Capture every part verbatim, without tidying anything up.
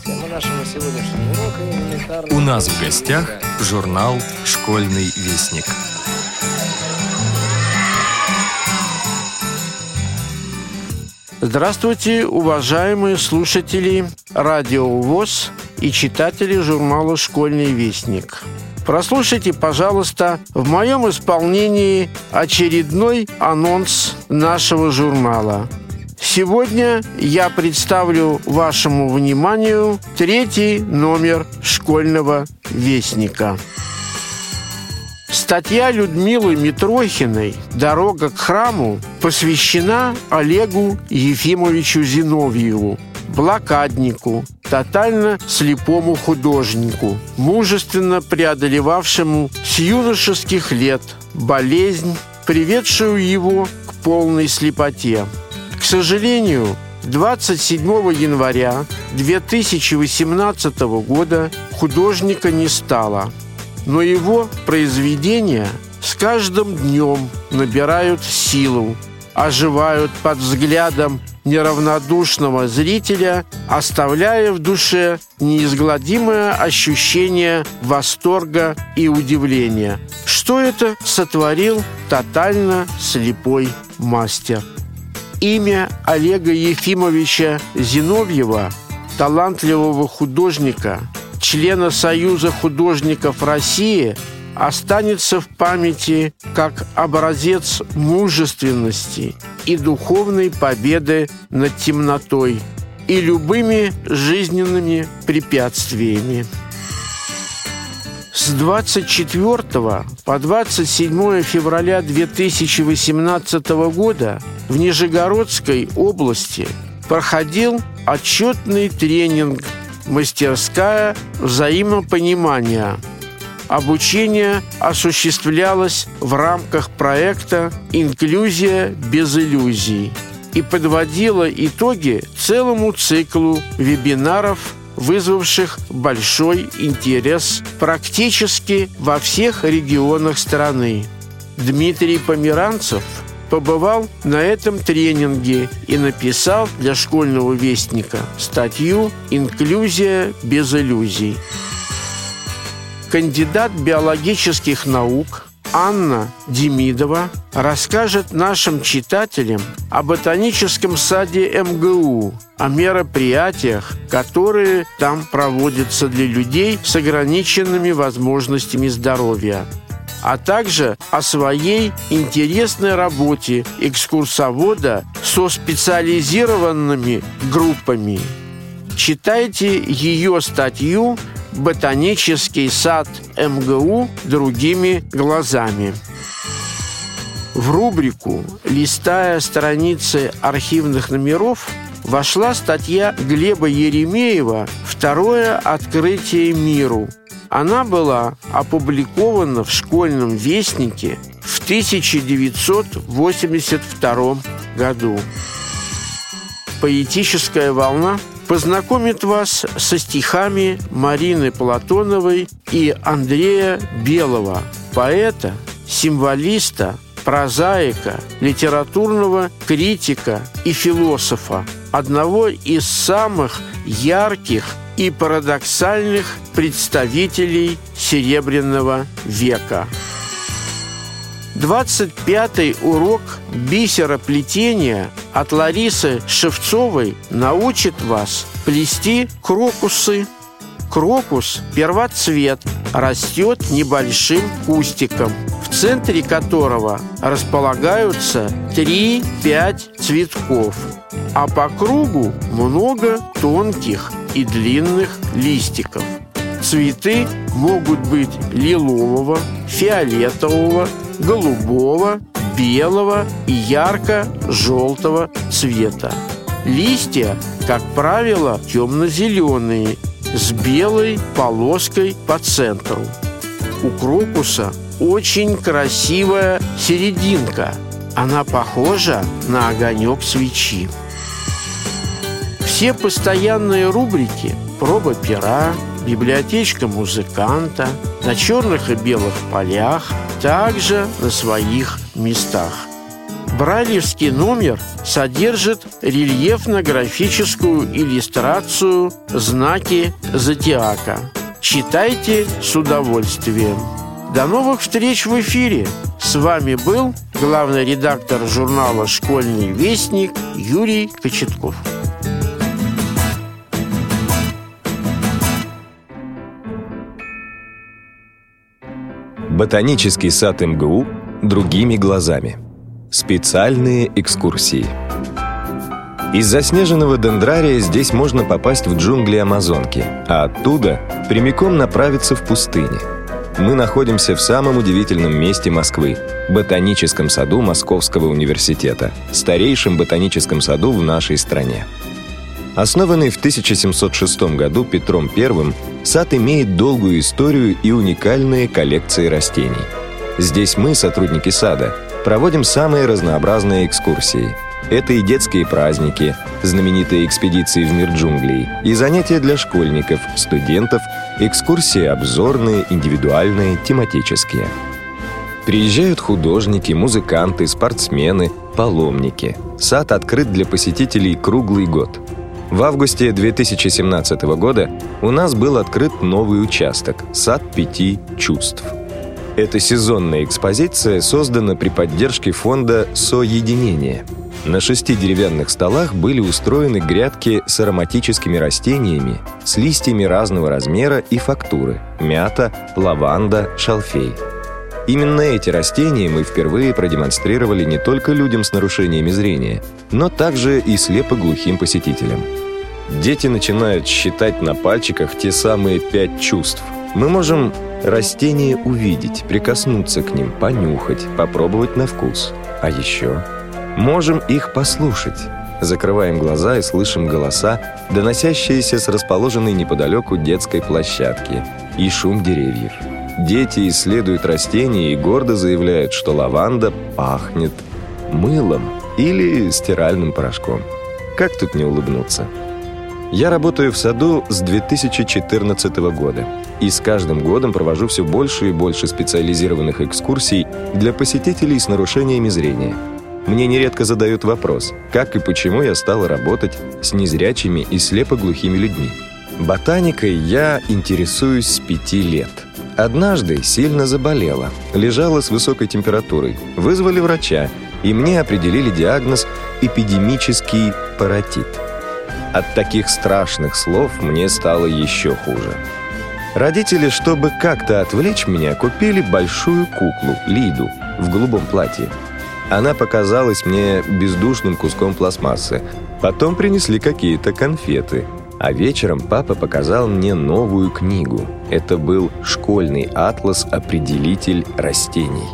Тема нашего сегодняшнего урока элементарная. У нас в гостях журнал «Школьный вестник». Здравствуйте, уважаемые слушатели Радио ВОС и читатели журнала «Школьный вестник». Прослушайте, пожалуйста, в моем исполнении очередной анонс нашего журнала. Сегодня я представлю вашему вниманию третий номер «Школьного вестника». Статья Людмилы Митрохиной «Дорога к храму» посвящена Олегу Ефимовичу Зиновьеву, блокаднику, тотально слепому художнику, мужественно преодолевавшему с юношеских лет болезнь, приведшую его к полной слепоте. К сожалению, двадцать седьмого января две тысячи восемнадцатого года художника не стало, но его произведения с каждым днем набирают силу, оживают под взглядом неравнодушного зрителя, оставляя в душе неизгладимое ощущение восторга и удивления. Что это сотворил тотально слепой мастер? Имя Олега Ефимовича Зиновьева, талантливого художника, члена Союза художников России, останется в памяти как образец мужественности и духовной победы над темнотой и любыми жизненными препятствиями. С двадцать четвёртого по двадцать седьмое февраля две тысячи восемнадцатого года в Нижегородской области проходил отчетный тренинг «Мастерская взаимопонимания». Обучение осуществлялось в рамках проекта «Инклюзия без иллюзий» и подводило итоги целому циклу вебинаров, вызвавших большой интерес практически во всех регионах страны. Дмитрий Померанцев побывал на этом тренинге и написал для «Школьного вестника» статью «Инклюзия без иллюзий». Кандидат биологических наук Анна Демидова расскажет нашим читателям о ботаническом саде эм гэ у, о мероприятиях, которые там проводятся для людей с ограниченными возможностями здоровья, а также о своей интересной работе экскурсовода со специализированными группами. Читайте ее статью «Ботанический сад эм гэ у другими глазами». В рубрику «Листая страницы архивных номеров» вошла статья Глеба Еремеева «Второе открытие миру». Она была опубликована в «Школьном вестнике» в тысяча девятьсот восемьдесят втором году. Поэтическая волна познакомит вас со стихами Марины Платоновой и Андрея Белого, поэта, символиста, прозаика, литературного критика и философа, одного из самых ярких и парадоксальных представителей Серебряного века. двадцать пятый урок бисероплетения от Ларисы Шевцовой научит вас плести крокусы. Крокус – первоцвет, растет небольшим кустиком, в центре которого располагаются три-пять цветков, а по кругу много тонких и длинных листиков. Цветы могут быть лилового, фиолетового, голубого, белого и ярко-желтого цвета. Листья, как правило, темно-зеленые, с белой полоской по центру. У крокуса очень красивая серединка. Она похожа на огонек свечи. Все постоянные рубрики «Проба пера», «Библиотечка музыканта», «На черных и белых полях» также на своих местах. Брайлевский номер содержит рельефно-графическую иллюстрацию «Знаки зодиака». Читайте с удовольствием. До новых встреч в эфире! С вами был главный редактор журнала «Школьный вестник» Юрий Кочетков. Ботанический сад эм гэ у другими глазами. Специальные экскурсии. Из заснеженного дендрария здесь можно попасть в джунгли Амазонки, а оттуда прямиком направиться в пустыне. Мы находимся в самом удивительном месте Москвы – ботаническом саду Московского университета, старейшем ботаническом саду в нашей стране. Основанный в тысяча семьсот шестом году Петром Первым, сад имеет долгую историю и уникальные коллекции растений. Здесь мы, сотрудники сада, проводим самые разнообразные экскурсии. Это и детские праздники, знаменитые экспедиции в мир джунглей, и занятия для школьников, студентов, экскурсии обзорные, индивидуальные, тематические. Приезжают художники, музыканты, спортсмены, паломники. Сад открыт для посетителей круглый год. В августе две тысячи семнадцатого года у нас был открыт новый участок – сад пяти чувств. Эта сезонная экспозиция создана при поддержке фонда «Соединение». На шести деревянных столах были устроены грядки с ароматическими растениями, с листьями разного размера и фактуры – мята, лаванда, шалфей. Именно эти растения мы впервые продемонстрировали не только людям с нарушениями зрения, но также и слепоглухим посетителям. Дети начинают считать на пальчиках те самые пять чувств. Мы можем растения увидеть, прикоснуться к ним, понюхать, попробовать на вкус. А еще можем их послушать. Закрываем глаза и слышим голоса, доносящиеся с расположенной неподалеку детской площадки, и шум деревьев. Дети исследуют растения и гордо заявляют, что лаванда пахнет мылом или стиральным порошком. Как тут не улыбнуться? Я работаю в саду с две тысячи четырнадцатого года и с каждым годом провожу все больше и больше специализированных экскурсий для посетителей с нарушениями зрения. Мне нередко задают вопрос, как и почему я стал работать с незрячими и слепоглухими людьми. Ботаникой я интересуюсь с пяти лет. Однажды сильно заболела, лежала с высокой температурой, вызвали врача, и мне определили диагноз «эпидемический паротит». От таких страшных слов мне стало еще хуже. Родители, чтобы как-то отвлечь меня, купили большую куклу, Лиду, в голубом платье. Она показалась мне бездушным куском пластмассы. Потом принесли какие-то конфеты. А вечером папа показал мне новую книгу. Это был школьный атлас-определитель растений.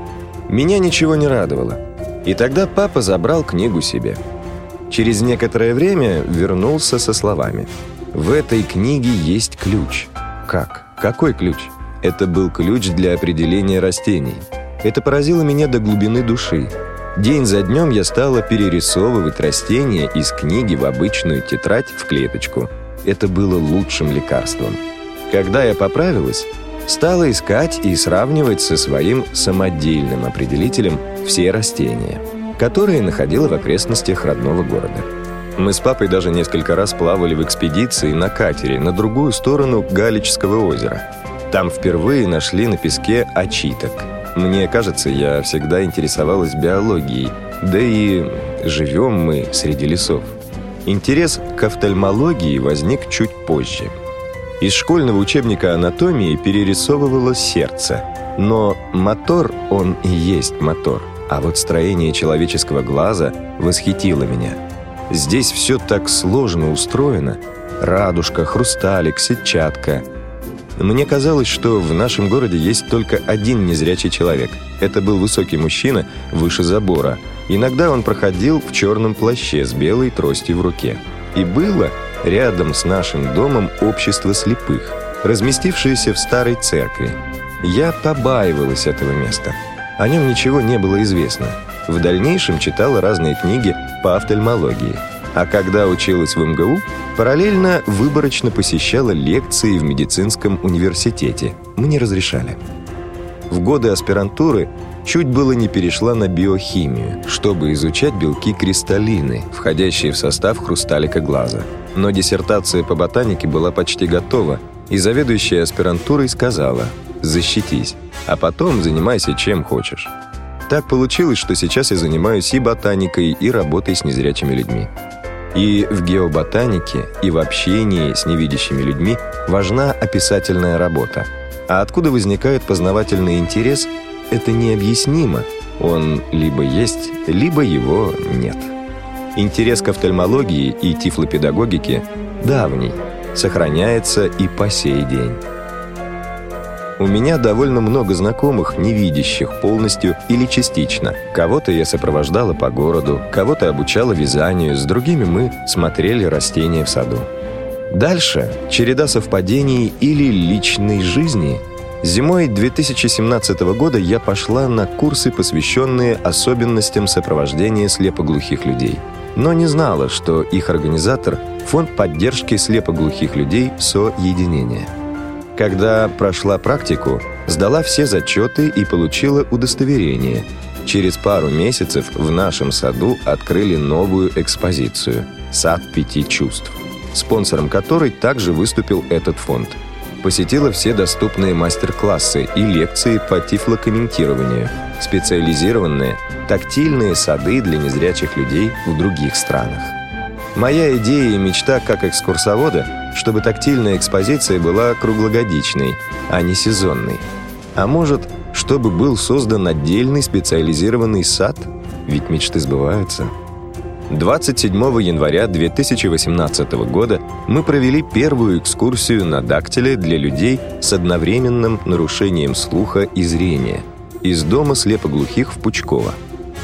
Меня ничего не радовало. И тогда папа забрал книгу себе. Через некоторое время вернулся со словами: «В этой книге есть ключ». Как? Какой ключ? Это был ключ для определения растений. Это поразило меня до глубины души. День за днем я стала перерисовывать растения из книги в обычную тетрадь в клеточку. Это было лучшим лекарством. Когда я поправилась, стала искать и сравнивать со своим самодельным определителем все растения, которые находила в окрестностях родного города. Мы с папой даже несколько раз плавали в экспедиции на катере на другую сторону Галичского озера. Там впервые нашли на песке очиток. Мне кажется, я всегда интересовалась биологией, да и живем мы среди лесов. Интерес к офтальмологии возник чуть позже. Из школьного учебника анатомии перерисовывало сердце, но мотор, он и есть мотор, а вот строение человеческого глаза восхитило меня. Здесь все так сложно устроено: радужка, хрусталик, сетчатка. Мне казалось, что в нашем городе есть только один незрячий человек. Это был высокий мужчина выше забора. Иногда он проходил в черном плаще с белой тростью в руке. И было рядом с нашим домом общество слепых, разместившееся в старой церкви. Я побаивалась этого места. О нем ничего не было известно. В дальнейшем читала разные книги по офтальмологии. А когда училась в эм гэ у, параллельно выборочно посещала лекции в медицинском университете. Мне разрешали. В годы аспирантуры чуть было не перешла на биохимию, чтобы изучать белки-кристаллины, входящие в состав хрусталика глаза. Но диссертация по ботанике была почти готова, и заведующая аспирантурой сказала: «Защитись, а потом занимайся чем хочешь». Так получилось, что сейчас я занимаюсь и ботаникой, и работой с незрячими людьми. И в геоботанике, и в общении с невидящими людьми важна описательная работа. А откуда возникает познавательный интерес, это необъяснимо. Он либо есть, либо его нет. Интерес к офтальмологии и тифлопедагогике давний, сохраняется и по сей день. У меня довольно много знакомых, невидящих полностью или частично. Кого-то я сопровождала по городу, кого-то обучала вязанию, с другими мы смотрели растения в саду. Дальше череда совпадений или личной жизни. Зимой две тысячи семнадцатого года я пошла на курсы, посвященные особенностям сопровождения слепоглухих людей. Но не знала, что их организатор – Фонд поддержки слепоглухих людей «Соединение». Когда прошла практику, сдала все зачеты и получила удостоверение. Через пару месяцев в нашем саду открыли новую экспозицию «Сад пяти чувств», спонсором которой также выступил этот фонд. Посетила все доступные мастер-классы и лекции по тифлокомментированию, специализированные тактильные сады для незрячих людей в других странах. Моя идея и мечта как экскурсовода, чтобы тактильная экспозиция была круглогодичной, а не сезонной. А может, чтобы был создан отдельный специализированный сад? Ведь мечты сбываются. двадцать седьмого января две тысячи восемнадцатого года мы провели первую экскурсию на дактиле для людей с одновременным нарушением слуха и зрения из дома слепоглухих в Пучково.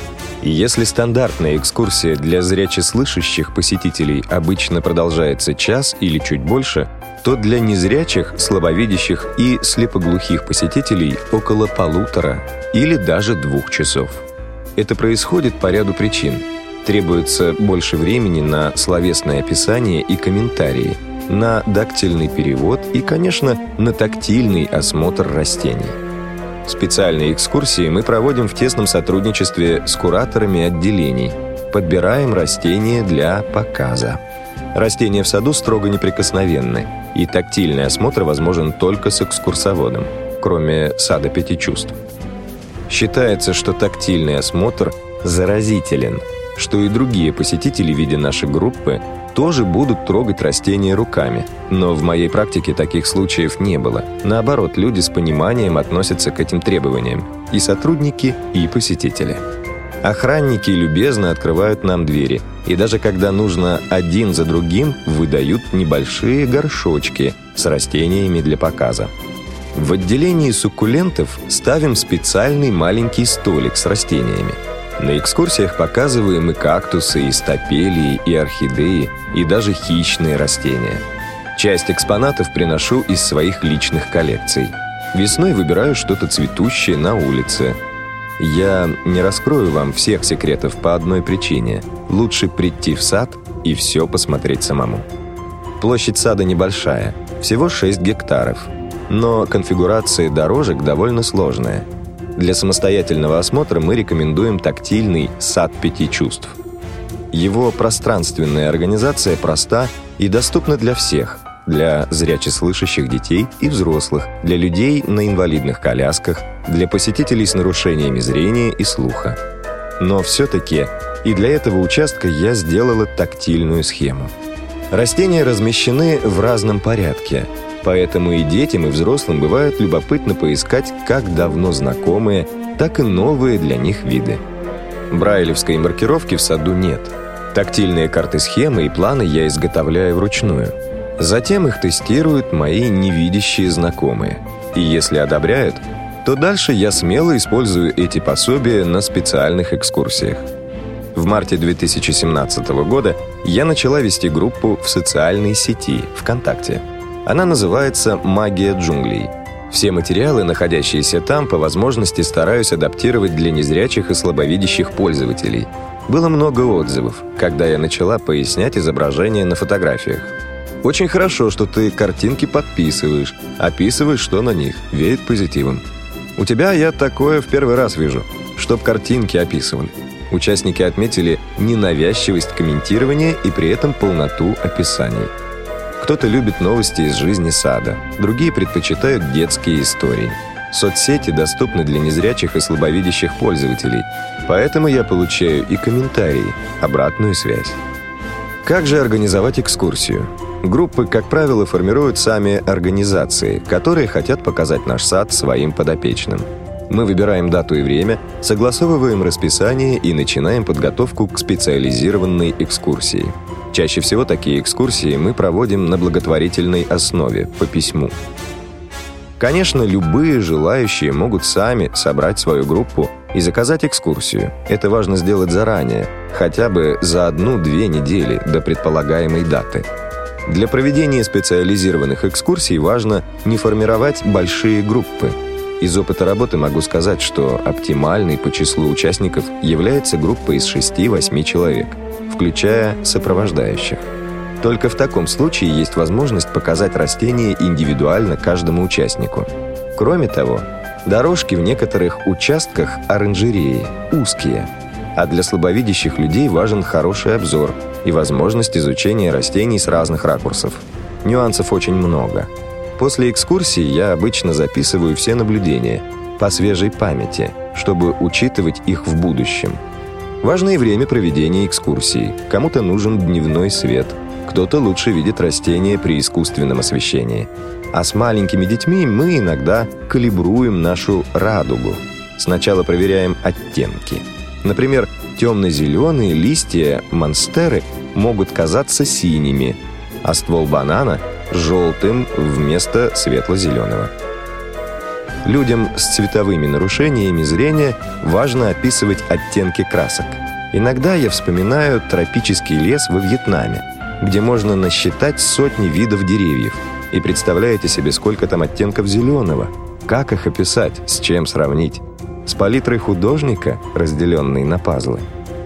И если стандартная экскурсия для зрячеслышащих посетителей обычно продолжается час или чуть больше, то для незрячих, слабовидящих и слепоглухих посетителей около полутора или даже двух часов. Это происходит по ряду причин. Требуется больше времени на словесное описание и комментарии, на дактильный перевод и, конечно, на тактильный осмотр растений. Специальные экскурсии мы проводим в тесном сотрудничестве с кураторами отделений. Подбираем растения для показа. Растения в саду строго неприкосновенны, и тактильный осмотр возможен только с экскурсоводом, кроме сада пяти чувств. Считается, что тактильный осмотр заразителен, что и другие посетители, видя наши группы, тоже будут трогать растения руками. Но в моей практике таких случаев не было. Наоборот, люди с пониманием относятся к этим требованиям. И сотрудники, и посетители. Охранники любезно открывают нам двери. И даже когда нужно один за другим, выдают небольшие горшочки с растениями для показа. В отделении суккулентов ставим специальный маленький столик с растениями. На экскурсиях показываем и кактусы, и стапелии, и орхидеи, и даже хищные растения. Часть экспонатов приношу из своих личных коллекций. Весной выбираю что-то цветущее на улице. Я не раскрою вам всех секретов по одной причине. Лучше прийти в сад и все посмотреть самому. Площадь сада небольшая, всего шесть гектаров. Но конфигурация дорожек довольно сложная. Для самостоятельного осмотра мы рекомендуем тактильный «Сад пяти чувств». Его пространственная организация проста и доступна для всех, для зрячеслышащих детей и взрослых, для людей на инвалидных колясках, для посетителей с нарушениями зрения и слуха. Но все-таки и для этого участка я сделала тактильную схему. Растения размещены в разном порядке, поэтому и детям, и взрослым бывает любопытно поискать как давно знакомые, так и новые для них виды. Брайлевской маркировки в саду нет. Тактильные карты схемы и планы я изготовляю вручную. Затем их тестируют мои невидящие знакомые. И если одобряют, то дальше я смело использую эти пособия на специальных экскурсиях. В марте две тысячи семнадцатого года я начала вести группу в социальной сети ВКонтакте. Она называется «Магия джунглей». Все материалы, находящиеся там, по возможности стараюсь адаптировать для незрячих и слабовидящих пользователей. Было много отзывов, когда я начала пояснять изображения на фотографиях. Очень хорошо, что ты картинки подписываешь, описываешь, что на них, веет позитивом. У тебя я такое в первый раз вижу, чтоб картинки описывали. Участники отметили ненавязчивость комментирования и при этом полноту описаний. Кто-то любит новости из жизни сада, другие предпочитают детские истории. Соцсети доступны для незрячих и слабовидящих пользователей, поэтому я получаю и комментарии, обратную связь. Как же организовать экскурсию? Группы, как правило, формируют сами организации, которые хотят показать наш сад своим подопечным. Мы выбираем дату и время, согласовываем расписание и начинаем подготовку к специализированной экскурсии. Чаще всего такие экскурсии мы проводим на благотворительной основе, по письму. Конечно, любые желающие могут сами собрать свою группу и заказать экскурсию. Это важно сделать заранее, хотя бы за одну-две недели до предполагаемой даты. Для проведения специализированных экскурсий важно не формировать большие группы. Из опыта работы могу сказать, что оптимальной по числу участников является группа из шести-восьми человек, включая сопровождающих. Только в таком случае есть возможность показать растения индивидуально каждому участнику. Кроме того, дорожки в некоторых участках оранжереи узкие, а для слабовидящих людей важен хороший обзор и возможность изучения растений с разных ракурсов. Нюансов очень много. После экскурсии я обычно записываю все наблюдения по свежей памяти, чтобы учитывать их в будущем. Важно и время проведения экскурсии. Кому-то нужен дневной свет, кто-то лучше видит растения при искусственном освещении. А с маленькими детьми мы иногда калибруем нашу радугу. Сначала проверяем оттенки. Например, темно-зеленые листья монстеры могут казаться синими, а ствол банана – желтым вместо светло-зеленого. Людям с цветовыми нарушениями зрения важно описывать оттенки красок. Иногда я вспоминаю тропический лес во Вьетнаме, где можно насчитать сотни видов деревьев. И представляете себе, сколько там оттенков зеленого? Как их описать? С чем сравнить? С палитрой художника, разделенной на пазлы.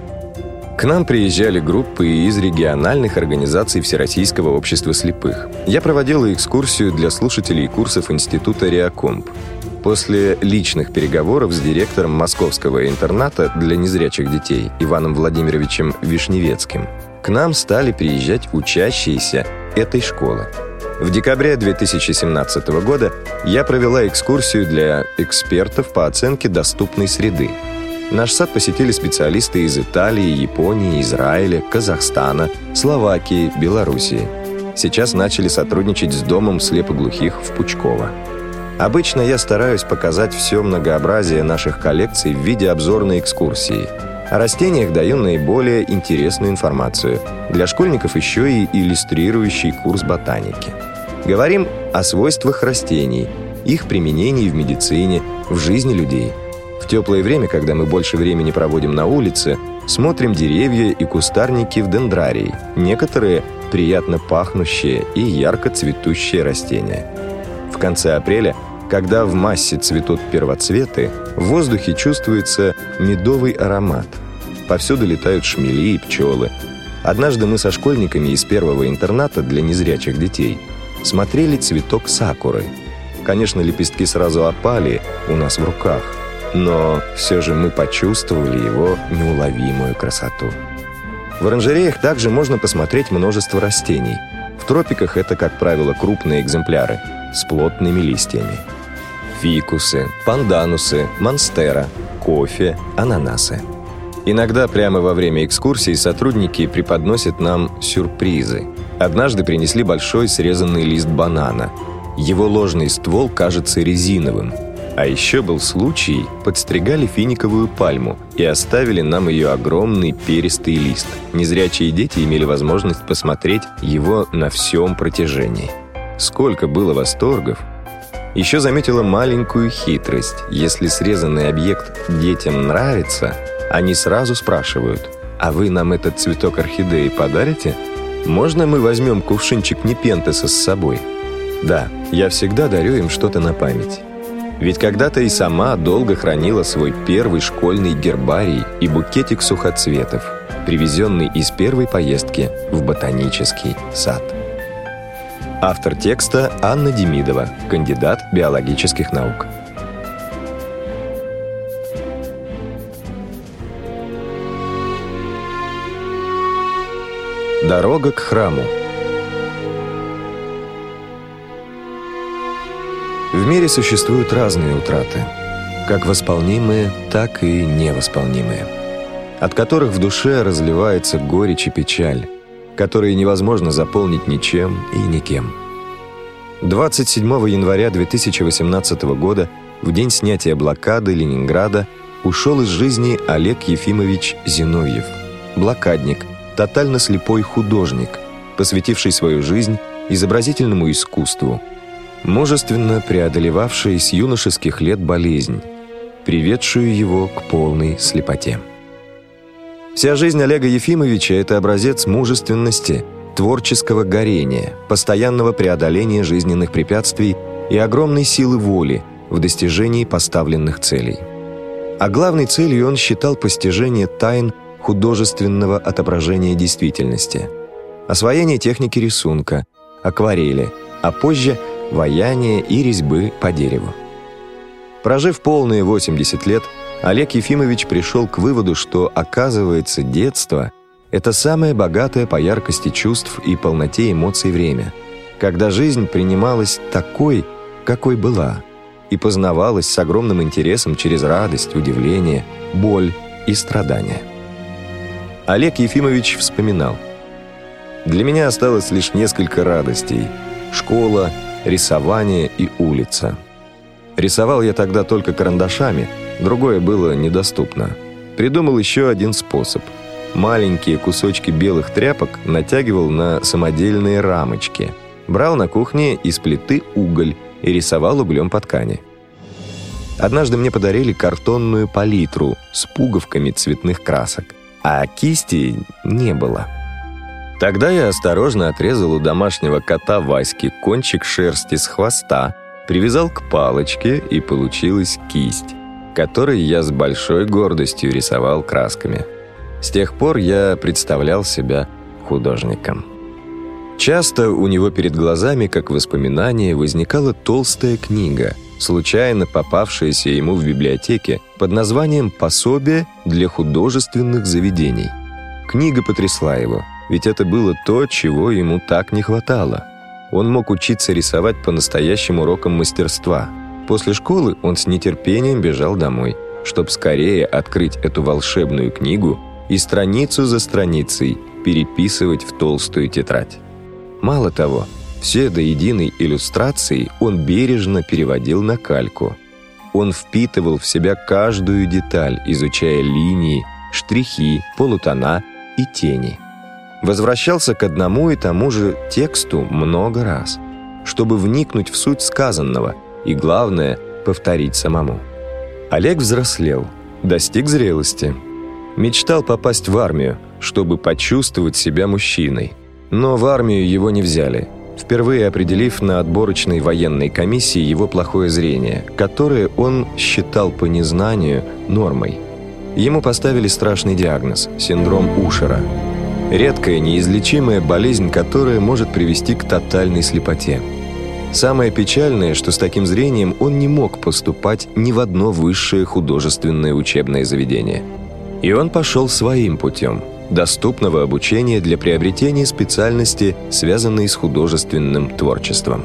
К нам приезжали группы из региональных организаций Всероссийского общества слепых. Я проводила экскурсию для слушателей курсов Института Реакомп. После личных переговоров с директором московского интерната для незрячих детей Иваном Владимировичем Вишневецким к нам стали приезжать учащиеся этой школы. В декабре две тысячи семнадцатого года я провела экскурсию для экспертов по оценке доступной среды. Наш сад посетили специалисты из Италии, Японии, Израиля, Казахстана, Словакии, Белоруссии. Сейчас начали сотрудничать с домом слепоглухих в Пучково. Обычно я стараюсь показать все многообразие наших коллекций в виде обзорной экскурсии. О растениях даю наиболее интересную информацию. Для школьников еще и иллюстрирующий курс ботаники. Говорим о свойствах растений, их применении в медицине, в жизни людей. В теплое время, когда мы больше времени проводим на улице, смотрим деревья и кустарники в дендрарии, некоторые приятно пахнущие и ярко цветущие растения. В конце апреля, когда в массе цветут первоцветы, в воздухе чувствуется медовый аромат. Повсюду летают шмели и пчелы. Однажды мы со школьниками из первого интерната для незрячих детей смотрели цветок сакуры. Конечно, лепестки сразу опали у нас в руках, но все же мы почувствовали его неуловимую красоту. В оранжереях также можно посмотреть множество растений. В тропиках это, как правило, крупные экземпляры с плотными листьями. Фикусы, панданусы, монстера, кофе, ананасы. Иногда прямо во время экскурсий сотрудники преподносят нам сюрпризы. Однажды принесли большой срезанный лист банана. Его ложный ствол кажется резиновым. А еще был случай, подстригали финиковую пальму и оставили нам ее огромный перистый лист. Незрячие дети имели возможность посмотреть его на всем протяжении. Сколько было восторгов! Еще заметила маленькую хитрость. Если срезанный объект детям нравится, они сразу спрашивают: «А вы нам этот цветок орхидеи подарите? Можно мы возьмем кувшинчик непентеса с собой?» Да, я всегда дарю им что-то на память. Ведь когда-то и сама долго хранила свой первый школьный гербарий и букетик сухоцветов, привезенный из первой поездки в ботанический сад. Автор текста Анна Демидова, кандидат биологических наук. Дорога к храму. В мире существуют разные утраты, как восполнимые, так и невосполнимые, от которых в душе разливается горечь и печаль, которые невозможно заполнить ничем и никем. двадцать седьмого января две тысячи восемнадцатого года, в день снятия блокады Ленинграда, ушел из жизни Олег Ефимович Зиновьев, блокадник, тотально слепой художник, посвятивший свою жизнь изобразительному искусству, мужественно преодолевавший с юношеских лет болезнь, приведшую его к полной слепоте. Вся жизнь Олега Ефимовича – это образец мужественности, творческого горения, постоянного преодоления жизненных препятствий и огромной силы воли в достижении поставленных целей. А главной целью он считал постижение тайн художественного отображения действительности, освоение техники рисунка, акварели, а позже – ваяния и резьбы по дереву. Прожив полные восемьдесят лет, Олег Ефимович пришел к выводу, что, оказывается, детство – это самое богатое по яркости чувств и полноте эмоций время, когда жизнь принималась такой, какой была, и познавалась с огромным интересом через радость, удивление, боль и страдания. Олег Ефимович вспоминал: «Для меня осталось лишь несколько радостей – школа, рисование и улица. Рисовал я тогда только карандашами, другое было недоступно. Придумал еще один способ. Маленькие кусочки белых тряпок натягивал на самодельные рамочки, брал на кухне из плиты уголь и рисовал углем по ткани. Однажды мне подарили картонную палитру с пуговками цветных красок, а кисти не было. Тогда я осторожно отрезал у домашнего кота Васьки кончик шерсти с хвоста, привязал к палочке, и получилась кисть, которой я с большой гордостью рисовал красками. С тех пор я представлял себя художником». Часто у него перед глазами, как воспоминание, возникала толстая книга, случайно попавшаяся ему в библиотеке под названием «Пособие для художественных заведений». Книга потрясла его, ведь это было то, чего ему так не хватало. Он мог учиться рисовать по настоящим урокам мастерства. После школы он с нетерпением бежал домой, чтобы скорее открыть эту волшебную книгу и страницу за страницей переписывать в толстую тетрадь. Мало того, все до единой иллюстрации он бережно переводил на кальку. Он впитывал в себя каждую деталь, изучая линии, штрихи, полутона и тени. Возвращался к одному и тому же тексту много раз, чтобы вникнуть в суть сказанного и, главное, повторить самому. Олег взрослел, достиг зрелости. Мечтал попасть в армию, чтобы почувствовать себя мужчиной. Но в армию его не взяли, впервые определив на отборочной военной комиссии его плохое зрение, которое он считал по незнанию нормой. Ему поставили страшный диагноз – синдром Ушера. Редкая, неизлечимая болезнь, которая может привести к тотальной слепоте. Самое печальное, что с таким зрением он не мог поступать ни в одно высшее художественное учебное заведение. И он пошел своим путем – доступного обучения для приобретения специальности, связанной с художественным творчеством.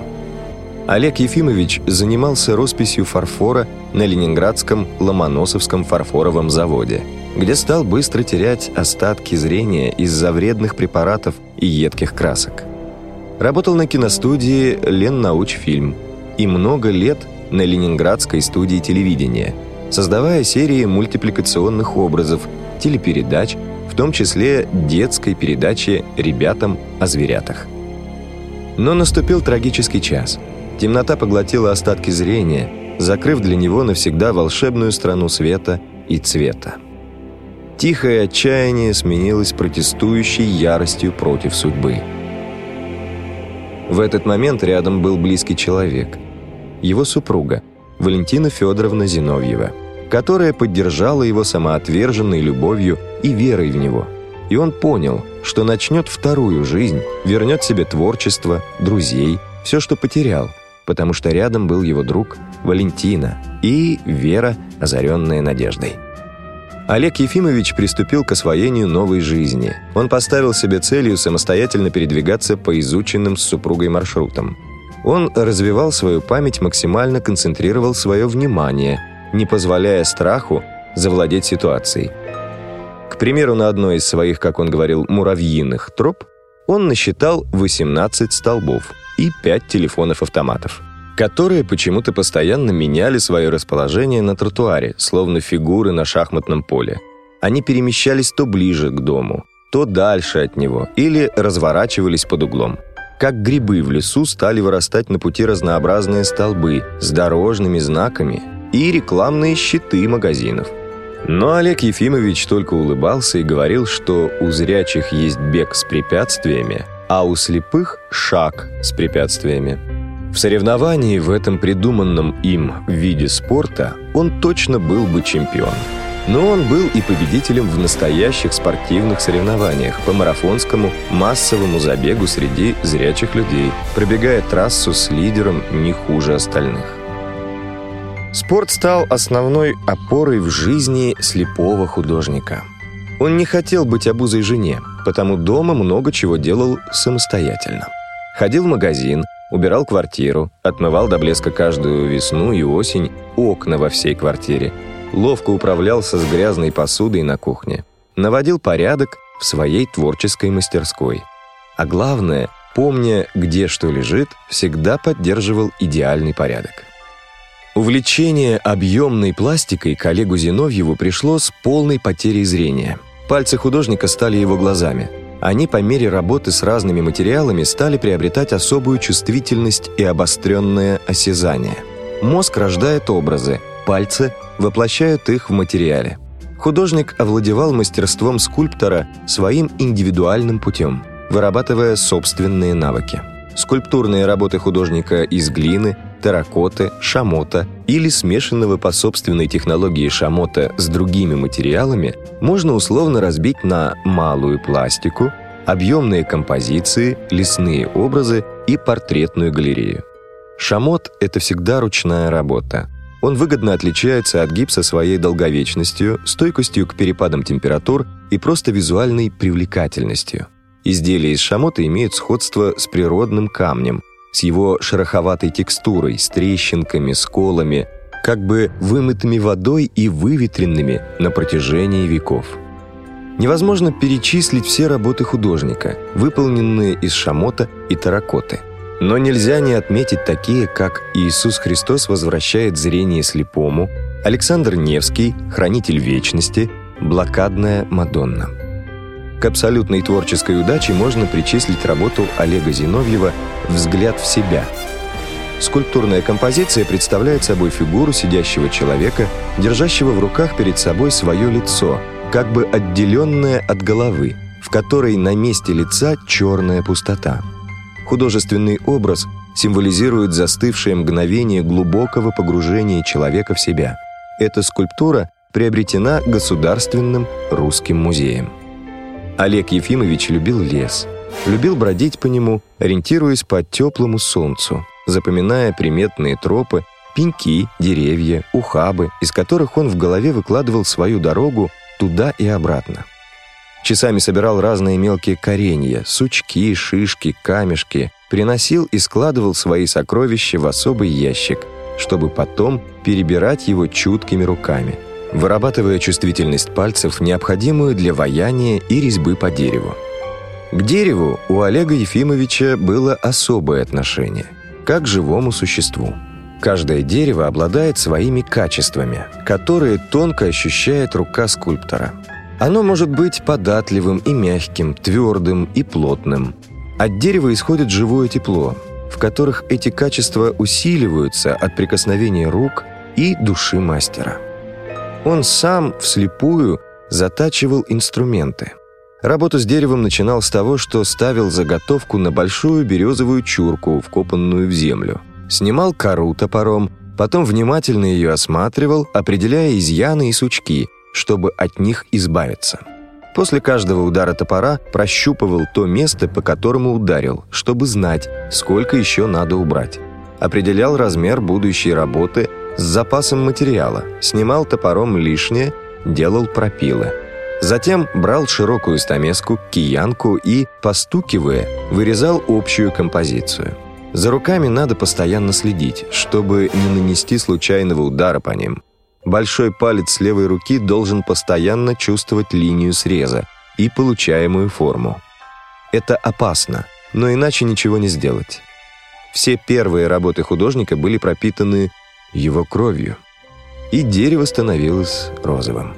Олег Ефимович занимался росписью фарфора на Ленинградском Ломоносовском фарфоровом заводе, где стал быстро терять остатки зрения из-за вредных препаратов и едких красок. Работал на киностудии «Леннаучфильм» и много лет на Ленинградской студии телевидения, создавая серии мультипликационных образов, телепередач, в том числе детской передачи «Ребятам о зверятах». Но наступил трагический час. Темнота поглотила остатки зрения, закрыв для него навсегда волшебную страну света и цвета. Тихое отчаяние сменилось протестующей яростью против судьбы. В этот момент рядом был близкий человек, его супруга, Валентина Федоровна Зиновьева, которая поддержала его самоотверженной любовью и верой в него. И он понял, что начнет вторую жизнь, вернет себе творчество, друзей, все, что потерял, потому что рядом был его друг Валентина и Вера, озаренная надеждой. Олег Ефимович приступил к освоению новой жизни. Он поставил себе целью самостоятельно передвигаться по изученным с супругой маршрутам. Он развивал свою память, максимально концентрировал свое внимание, не позволяя страху завладеть ситуацией. К примеру, на одной из своих, как он говорил, муравьиных троп он насчитал восемнадцать столбов и пять телефонов-автоматов, которые почему-то постоянно меняли свое расположение на тротуаре, словно фигуры на шахматном поле. Они перемещались то ближе к дому, то дальше от него или разворачивались под углом. Как грибы в лесу стали вырастать на пути разнообразные столбы с дорожными знаками и рекламные щиты магазинов. Но Олег Ефимович только улыбался и говорил, что у зрячих есть бег с препятствиями, а у слепых – шаг с препятствиями. В соревновании в этом придуманном им виде спорта он точно был бы чемпион. Но он был и победителем в настоящих спортивных соревнованиях по марафонскому массовому забегу среди зрячих людей, пробегая трассу с лидером не хуже остальных. Спорт стал основной опорой в жизни слепого художника. Он не хотел быть обузой жене, потому дома много чего делал самостоятельно. Ходил в магазин, убирал квартиру, отмывал до блеска каждую весну и осень окна во всей квартире, ловко управлялся с грязной посудой на кухне, наводил порядок в своей творческой мастерской. А главное, помня, где что лежит, всегда поддерживал идеальный порядок. Увлечение объемной пластикой к Олегу Зиновьеву пришло с полной потерей зрения. Пальцы художника стали его глазами. Они по мере работы с разными материалами стали приобретать особую чувствительность и обостренное осязание. Мозг рождает образы, пальцы воплощают их в материале. Художник овладевал мастерством скульптора своим индивидуальным путем, вырабатывая собственные навыки. Скульптурные работы художника из глины, терракоты, шамота или смешанного по собственной технологии шамота с другими материалами можно условно разбить на малую пластику, объемные композиции, лесные образы и портретную галерею. Шамот – это всегда ручная работа. Он выгодно отличается от гипса своей долговечностью, стойкостью к перепадам температур и просто визуальной привлекательностью. Изделия из шамота имеют сходство с природным камнем, с его шероховатой текстурой, с трещинками, сколами, как бы вымытыми водой и выветренными на протяжении веков. Невозможно перечислить все работы художника, выполненные из шамота и терракоты. Но нельзя не отметить такие, как «Иисус Христос возвращает зрение слепому», Александр Невский, «Хранитель вечности», «Блокадная Мадонна». К абсолютной творческой удаче можно причислить работу Олега Зиновьева «Взгляд в себя». Скульптурная композиция представляет собой фигуру сидящего человека, держащего в руках перед собой свое лицо, как бы отделенное от головы, в которой на месте лица черная пустота. Художественный образ символизирует застывшее мгновение глубокого погружения человека в себя. Эта скульптура приобретена Государственным русским музеем. Олег Ефимович любил лес, любил бродить по нему, ориентируясь по теплому солнцу, запоминая приметные тропы, пеньки, деревья, ухабы, из которых он в голове выкладывал свою дорогу туда и обратно. Часами собирал разные мелкие коренья, сучки, шишки, камешки, приносил и складывал свои сокровища в особый ящик, чтобы потом перебирать его чуткими руками, вырабатывая чувствительность пальцев, необходимую для ваяния и резьбы по дереву. К дереву у Олега Ефимовича было особое отношение, как к живому существу. Каждое дерево обладает своими качествами, которые тонко ощущает рука скульптора. Оно может быть податливым и мягким, твердым и плотным. От дерева исходит живое тепло, в которых эти качества усиливаются от прикосновения рук и души мастера. Он сам вслепую затачивал инструменты. Работу с деревом начинал с того, что ставил заготовку на большую березовую чурку, вкопанную в землю. Снимал кору топором, потом внимательно ее осматривал, определяя изъяны и сучки, чтобы от них избавиться. После каждого удара топора прощупывал то место, по которому ударил, чтобы знать, сколько еще надо убрать. Определял размер будущей работы с запасом материала, снимал топором лишнее, делал пропилы. Затем брал широкую стамеску, киянку и, постукивая, вырезал общую композицию. За руками надо постоянно следить, чтобы не нанести случайного удара по ним. Большой палец левой руки должен постоянно чувствовать линию среза и получаемую форму. Это опасно, но иначе ничего не сделать. Все первые работы художника были пропитаны его кровью, и дерево становилось розовым.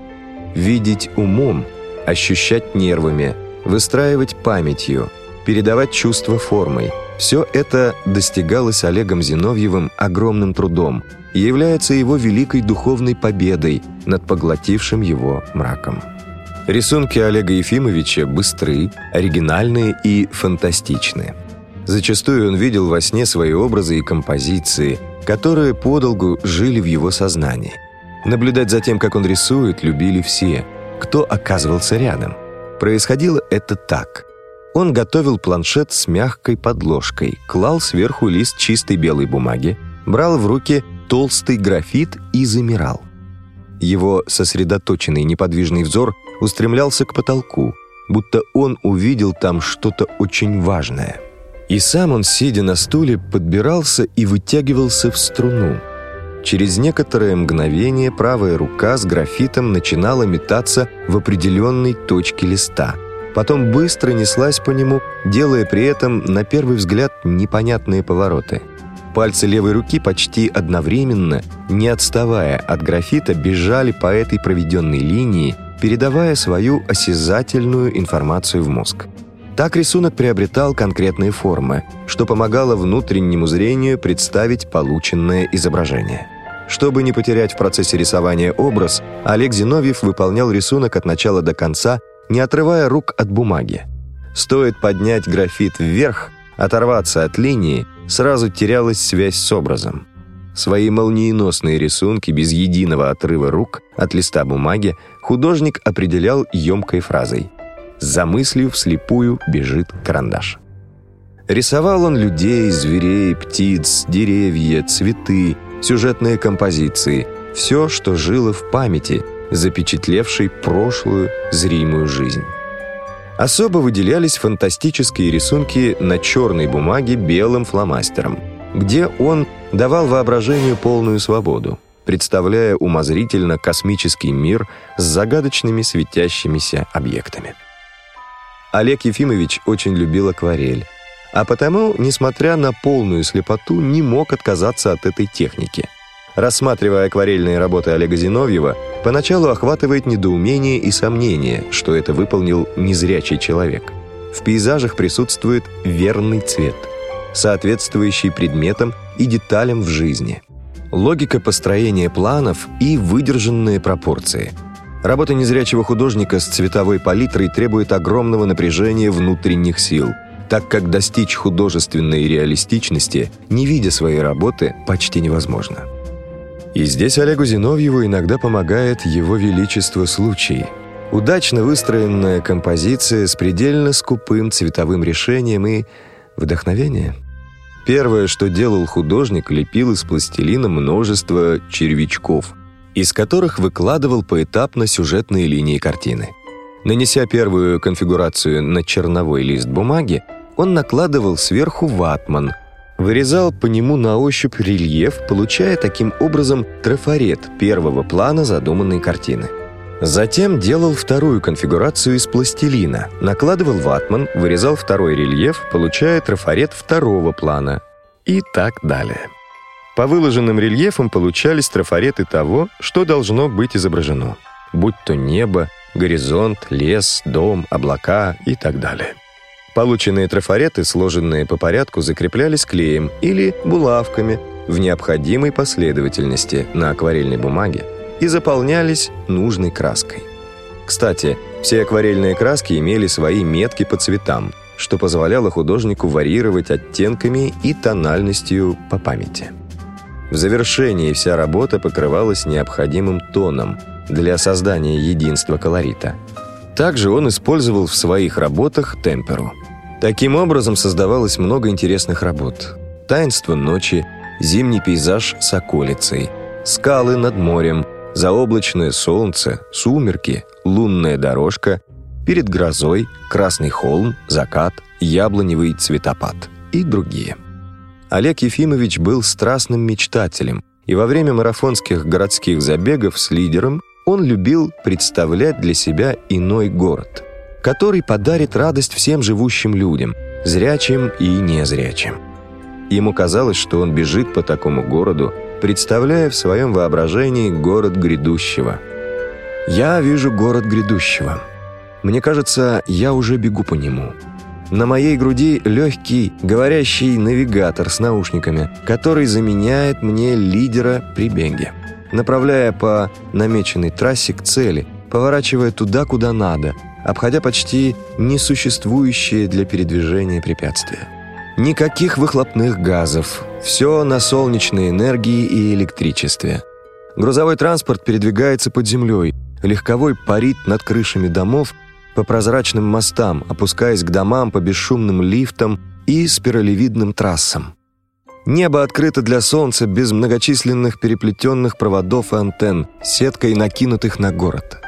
Видеть умом, ощущать нервами, выстраивать памятью, передавать чувства формой – все это достигалось Олегом Зиновьевым огромным трудом и является его великой духовной победой над поглотившим его мраком. Рисунки Олега Ефимовича быстры, оригинальные и фантастичны. Зачастую он видел во сне свои образы и композиции, которые подолгу жили в его сознании. Наблюдать за тем, как он рисует, любили все, кто оказывался рядом. Происходило это так. Он готовил планшет с мягкой подложкой, клал сверху лист чистой белой бумаги, брал в руки толстый графит и замирал. Его сосредоточенный неподвижный взор устремлялся к потолку, будто он увидел там что-то очень важное. И сам он, сидя на стуле, подбирался и вытягивался в струну. Через некоторое мгновение правая рука с графитом начинала метаться в определенной точке листа. Потом быстро неслась по нему, делая при этом, на первый взгляд, непонятные повороты. Пальцы левой руки почти одновременно, не отставая от графита, бежали по этой проведенной линии, передавая свою осязательную информацию в мозг. Так рисунок приобретал конкретные формы, что помогало внутреннему зрению представить полученное изображение. Чтобы не потерять в процессе рисования образ, Олег Зиновьев выполнял рисунок от начала до конца, не отрывая рук от бумаги. Стоит поднять графит вверх, оторваться от линии, сразу терялась связь с образом. Свои молниеносные рисунки без единого отрыва рук от листа бумаги художник определял емкой фразой: «За мыслью вслепую бежит карандаш». Рисовал он людей, зверей, птиц, деревья, цветы, сюжетные композиции, все, что жило в памяти, запечатлевшей прошлую зримую жизнь. Особо выделялись фантастические рисунки на черной бумаге белым фломастером, где он давал воображению полную свободу, представляя умозрительно космический мир с загадочными светящимися объектами. Олег Ефимович очень любил акварель, а потому, несмотря на полную слепоту, не мог отказаться от этой техники. Рассматривая акварельные работы Олега Зиновьева, поначалу охватывает недоумение и сомнение, что это выполнил незрячий человек. В пейзажах присутствует верный цвет, соответствующий предметам и деталям в жизни, логика построения планов и выдержанные пропорции. Работа незрячего художника с цветовой палитрой требует огромного напряжения внутренних сил, так как достичь художественной реалистичности, не видя своей работы, почти невозможно. И здесь Олегу Зиновьеву иногда помогает его величество случай. Удачно выстроенная композиция с предельно скупым цветовым решением и вдохновение. Первое, что делал художник, лепил из пластилина множество червячков, из которых выкладывал поэтапно сюжетные линии картины. Нанеся первую конфигурацию на черновой лист бумаги, он накладывал сверху ватман, вырезал по нему на ощупь рельеф, получая таким образом трафарет первого плана задуманной картины. Затем делал вторую конфигурацию из пластилина, накладывал ватман, вырезал второй рельеф, получая трафарет второго плана и так далее. По выложенным рельефам получались трафареты того, что должно быть изображено, будь то небо, горизонт, лес, дом, облака и так далее. Полученные трафареты, сложенные по порядку, закреплялись клеем или булавками в необходимой последовательности на акварельной бумаге и заполнялись нужной краской. Кстати, все акварельные краски имели свои метки по цветам, что позволяло художнику варьировать оттенками и тональностью по памяти. В завершении вся работа покрывалась необходимым тоном для создания единства колорита. Также он использовал в своих работах темперу. Таким образом создавалось много интересных работ. «Таинство ночи», «Зимний пейзаж с околицей», «Скалы над морем», заоблачное солнце, сумерки, лунная дорожка, перед грозой, красный холм, закат, яблоневый цветопад и другие. Олег Ефимович был страстным мечтателем, и во время марафонских городских забегов с лидером он любил представлять для себя иной город, который подарит радость всем живущим людям, зрячим и незрячим. Ему казалось, что он бежит по такому городу, представляя в своем воображении город грядущего. «Я вижу город грядущего. Мне кажется, я уже бегу по нему. На моей груди легкий, говорящий навигатор с наушниками, который заменяет мне лидера при беге, направляя по намеченной трассе к цели, поворачивая туда, куда надо, обходя почти несуществующие для передвижения препятствия. Никаких выхлопных газов, все на солнечной энергии и электричестве. Грузовой транспорт передвигается под землей, легковой парит над крышами домов, по прозрачным мостам, опускаясь к домам по бесшумным лифтам и спиралевидным трассам. Небо открыто для солнца без многочисленных переплетенных проводов и антенн, сеткой накинутых на город.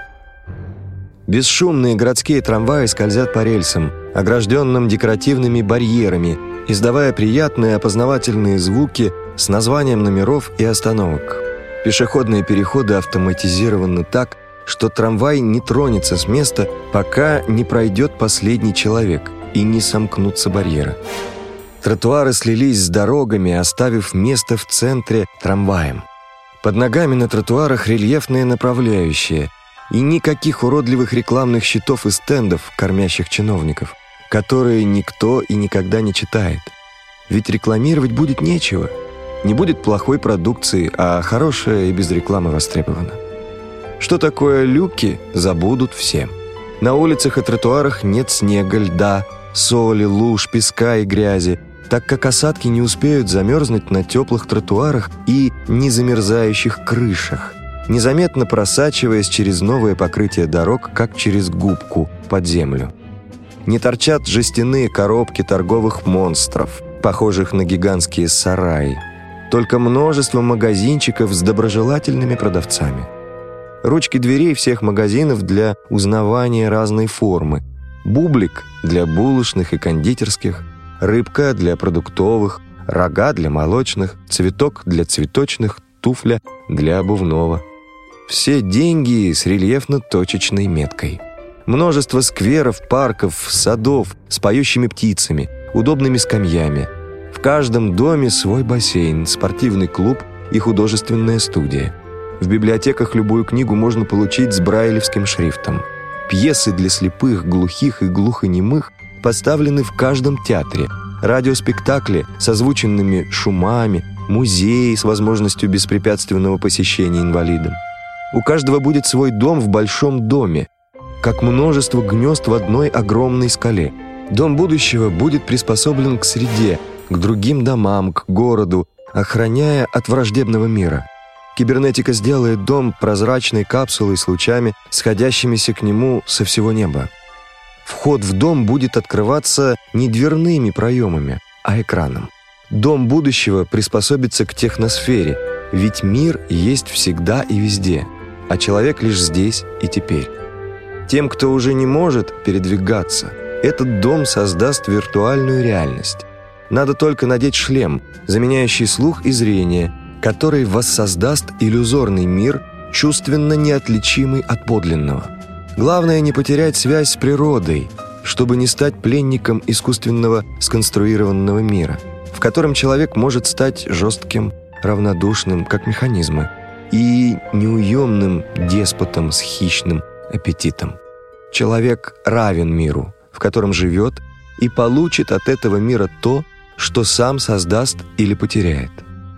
Бесшумные городские трамваи скользят по рельсам, огражденным декоративными барьерами, издавая приятные опознавательные звуки с названием номеров и остановок. Пешеходные переходы автоматизированы так, что трамвай не тронется с места, пока не пройдет последний человек и не сомкнутся барьеры. Тротуары слились с дорогами, оставив место в центре трамваем. Под ногами на тротуарах рельефные направляющие и никаких уродливых рекламных щитов и стендов, кормящих чиновников, которые никто и никогда не читает. Ведь рекламировать будет нечего. Не будет плохой продукции, а хорошая и без рекламы востребована. Что такое люки, забудут все. На улицах и тротуарах нет снега, льда, соли, луж, песка и грязи, так как осадки не успеют замерзнуть на теплых тротуарах и незамерзающих крышах, незаметно просачиваясь через новое покрытие дорог, как через губку под землю. Не торчат жестяные коробки торговых монстров, похожих на гигантские сараи, только множество магазинчиков с доброжелательными продавцами. Ручки дверей всех магазинов для узнавания разной формы, бублик для булочных и кондитерских, рыбка для продуктовых, рога для молочных, цветок для цветочных, туфля для обувного. Все деньги с рельефно-точечной меткой. Множество скверов, парков, садов с поющими птицами, удобными скамьями. В каждом доме свой бассейн, спортивный клуб и художественная студия. В библиотеках любую книгу можно получить с брайлевским шрифтом. Пьесы для слепых, глухих и глухонемых поставлены в каждом театре. Радиоспектакли с озвученными шумами, музеи с возможностью беспрепятственного посещения инвалидам. У каждого будет свой дом в большом доме, как множество гнезд в одной огромной скале. Дом будущего будет приспособлен к среде, к другим домам, к городу, охраняя от враждебного мира. Кибернетика сделает дом прозрачной капсулой с лучами, сходящимися к нему со всего неба. Вход в дом будет открываться не дверными проемами, а экраном. Дом будущего приспособится к техносфере, ведь мир есть всегда и везде, а человек лишь здесь и теперь. Тем, кто уже не может передвигаться, этот дом создаст виртуальную реальность. Надо только надеть шлем, заменяющий слух и зрение, который воссоздаст иллюзорный мир, чувственно неотличимый от подлинного. Главное не потерять связь с природой, чтобы не стать пленником искусственного сконструированного мира, в котором человек может стать жестким, равнодушным, как механизмы, и неуемным деспотом с хищным аппетитом. Человек равен миру, в котором живет, и получит от этого мира то, что сам создаст или потеряет.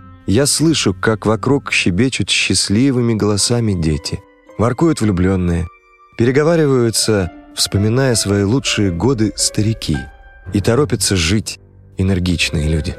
Я слышу, как вокруг щебечут счастливыми голосами дети, воркуют влюбленные, переговариваются, вспоминая свои лучшие годы, старики, и торопятся жить энергичные люди.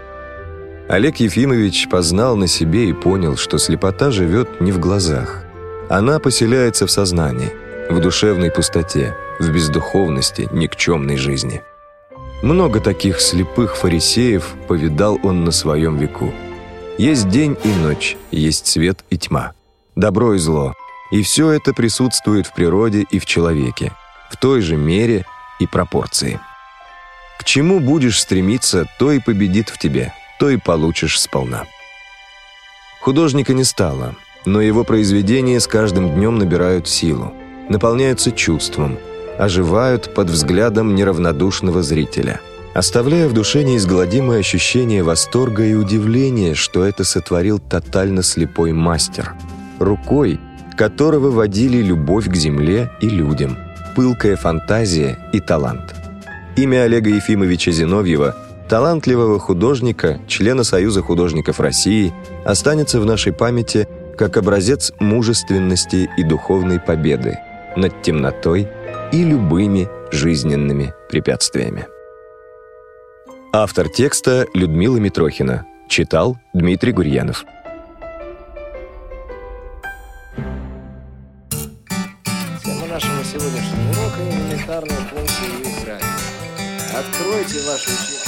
Олег Ефимович познал на себе и понял, что слепота живет не в глазах. Она поселяется в сознании, в душевной пустоте, в бездуховности никчемной жизни. Много таких слепых фарисеев повидал он на своем веку. Есть день и ночь, есть свет и тьма. добро и зло. И все это присутствует в природе и в человеке, в той же мере и пропорции. К чему будешь стремиться, то и победит в тебе, то и получишь сполна. Художника не стало, но его произведения с каждым днем набирают силу, наполняются чувством, оживают под взглядом неравнодушного зрителя, оставляя в душе неизгладимое ощущение восторга и удивления, что это сотворил тотально слепой мастер, рукой которого водили любовь к земле и людям, пылкая фантазия и талант. Имя Олега Ефимовича Зиновьева, талантливого художника, члена Союза художников России, останется в нашей памяти как образец мужественности и духовной победы над темнотой и любыми жизненными препятствиями. Автор текста Людмила Митрохина. Читал Дмитрий Гурьянов. Тема нашего сегодняшнего урока — элементарные функции и грани. Откройте ваши учебники.